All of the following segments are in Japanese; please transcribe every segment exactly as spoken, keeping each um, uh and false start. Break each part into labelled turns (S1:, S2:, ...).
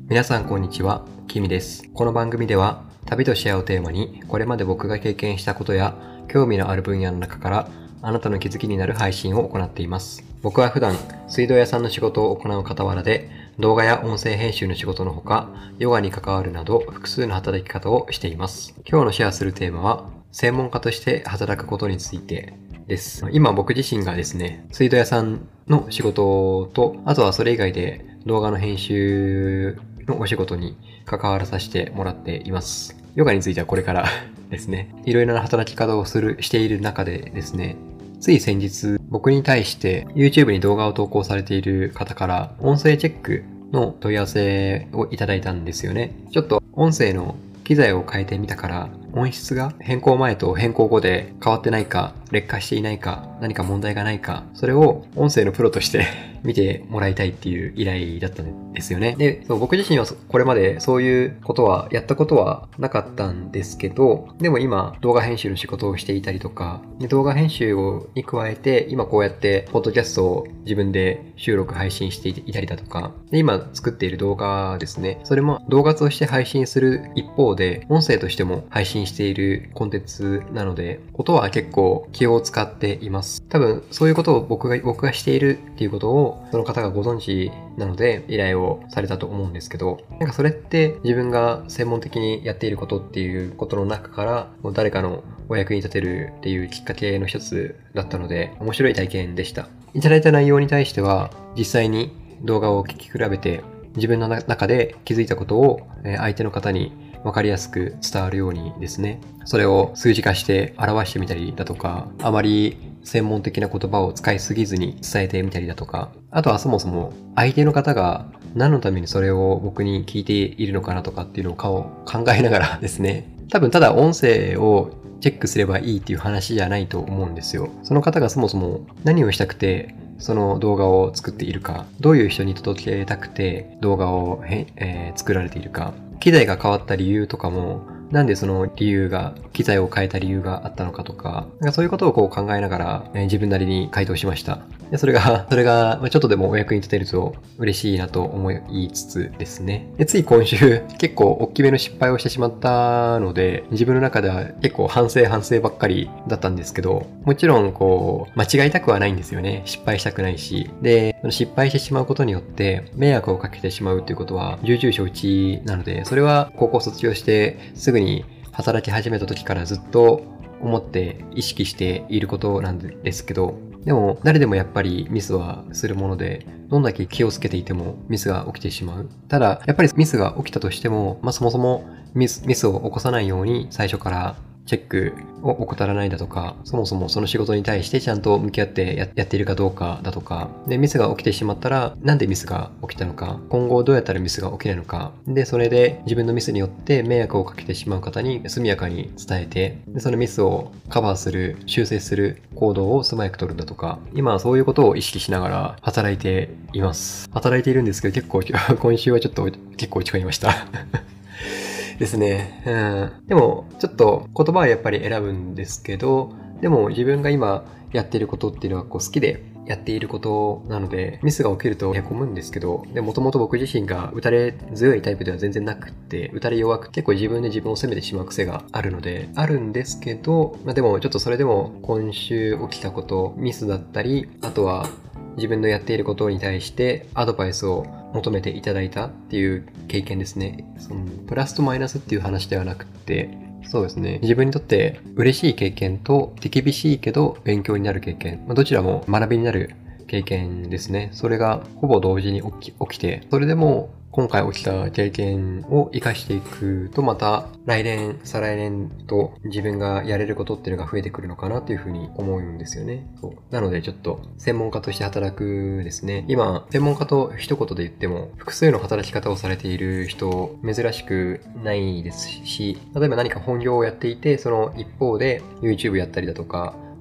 S1: 皆さんこんにちは、キミです。この番組では旅とシェアをテーマに、これまで僕が経験したことや興味のある分野の中からあなたの気づきになる配信を行っています。僕は普段水道屋さんの仕事を行う傍らで、動画や音声編集の仕事のほか、ヨガに関わるなど複数の働き方をしています。今日のシェアするテーマは、専門家として働くことについてです。今僕自身がですね、水道屋さんの仕事と、あとはそれ以外で動画の編集のお仕事に関わらさせてもらっています。ヨガについてはこれからですね、いろいろな働き方をする、している中でですね、つい先日僕に対して YouTube に動画を投稿されている方から音声チェックの問い合わせをいただいたんですよね。ちょっと音声の機材を変えてみたから音質が変更前と変更後で変わってないか、劣化していないか、何か問題がないか、それを音声のプロとして見てもらいたいっていう依頼だったんですよね。で、そう僕自身はこれまでそういうことはやったことはなかったんですけど、でも今動画編集の仕事をしていたりとか、で動画編集をに加えて今こうやってポッドキャストを自分で収録配信していたりだとか、で今作っている動画ですね、それも動画として配信する一方で音声としても配信しているコンテンツなので、音は結構気を使っています。多分そういうことを僕が僕がしているっていうことをその方がご存知なので依頼をされたと思うんですけど、なんかそれって自分が専門的にやっていることっていうことの中からもう誰かのお役に立てるっていうきっかけの一つだったので、面白い体験でした。いただいた内容に対しては実際に動画を聞き比べて自分の中で気づいたことを相手の方に分かりやすく伝わるようにですね、それを数字化して表してみたりだとか、あまり専門的な言葉を使いすぎずに伝えてみたりだとか、あとはそもそも相手の方が何のためにそれを僕に聞いているのかなとかっていうのを考えながらですね、多分ただ音声をチェックすればいいっていう話じゃないと思うんですよ。その方がそもそも何をしたくてその動画を作っているか、どういう人に届けたくて動画を、えー、作られているか、機材が変わった理由とかも、なんでその理由が、機材を変えた理由があったのかとか、なんかそういうことをこう考えながら、えー、自分なりに回答しました。でそれが、それがちょっとでもお役に立てると嬉しいなと思いつつですね。でつい今週、結構大きめの失敗をしてしまったので、自分の中では結構反省反省ばっかりだったんですけど、もちろんこう、間違いたくはないんですよね。失敗したくないし。で、失敗してしまうことによって迷惑をかけてしまうということは重々承知なので、それは高校卒業してすぐに働き始めた時からずっと思って意識していることなんですけど、でも誰でもやっぱりミスはするもので、どんだけ気をつけていてもミスが起きてしまう。ただやっぱりミスが起きたとしても、まあ、そもそもミス、ミスを起こさないように最初からチェックを怠らないだとか、そもそもその仕事に対してちゃんと向き合ってや、やっているかどうかだとか、で、ミスが起きてしまったら、なんでミスが起きたのか、今後どうやったらミスが起きないのか、で、それで自分のミスによって迷惑をかけてしまう方に速やかに伝えて、で、そのミスをカバーする、修正する行動を素早く取るんだとか、今はそういうことを意識しながら働いています。働いているんですけど、結構、今週はちょっと結構落ち込みました。ですね。うん。でも、ちょっと言葉はやっぱり選ぶんですけど、でも自分が今やっていることっていうのはこう好きでやっていることなので、ミスが起きるとへこむんですけど、でもともと僕自身が打たれ強いタイプでは全然なくって、打たれ弱く結構自分で自分を責めてしまう癖があるので、あるんですけど、まあでもちょっとそれでも今週起きたこと、ミスだったり、あとは自分のやっていることに対してアドバイスを求めていただいたっていう経験ですね。そのプラスとマイナスっていう話ではなくて、そうですね。自分にとって嬉しい経験と手厳しいけど勉強になる経験、まあ、どちらも学びになる経験ですね。それがほぼ同時に起き、起きて、それでも今回起きた経験を活かしていくと、また来年、再来年と自分がやれることっていうのが増えてくるのかなというふうに思うんですよね。そうなのでちょっと専門家として働くですね。今、専門家と一言で言っても複数の働き方をされている人珍しくないですし、例えば何か本業をやっていて、その一方で YouTube やったりだとか、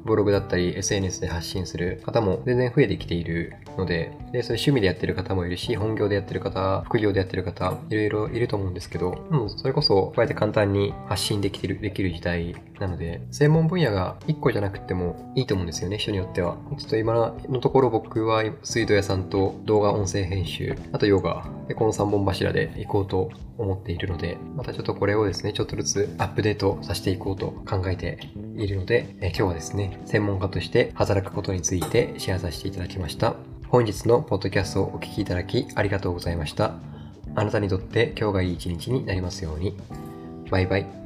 S1: ブログだったり エスエヌエス で発信する方も全然増えてきているので、で、そういう趣味でやってる方もいるし、本業でやってる方、副業でやってる方、いろいろいると思うんですけど、もうそれこそこうやって簡単に発信できてる、できる時代なので、専門分野がいっこじゃなくてもいいと思うんですよね、人によっては。ちょっと今のところ僕は水道屋さんと動画音声編集、あとヨガ、でこのさんぼん柱で行こうと思っているので、またちょっとこれをですね、ちょっとずつアップデートさせていこうと考えているので、え今日はですね、専門家として働くことについてシェアさせていただきました。本日のポッドキャストをお聞きいただきありがとうございました。あなたにとって今日がいい一日になりますように。バイバイ。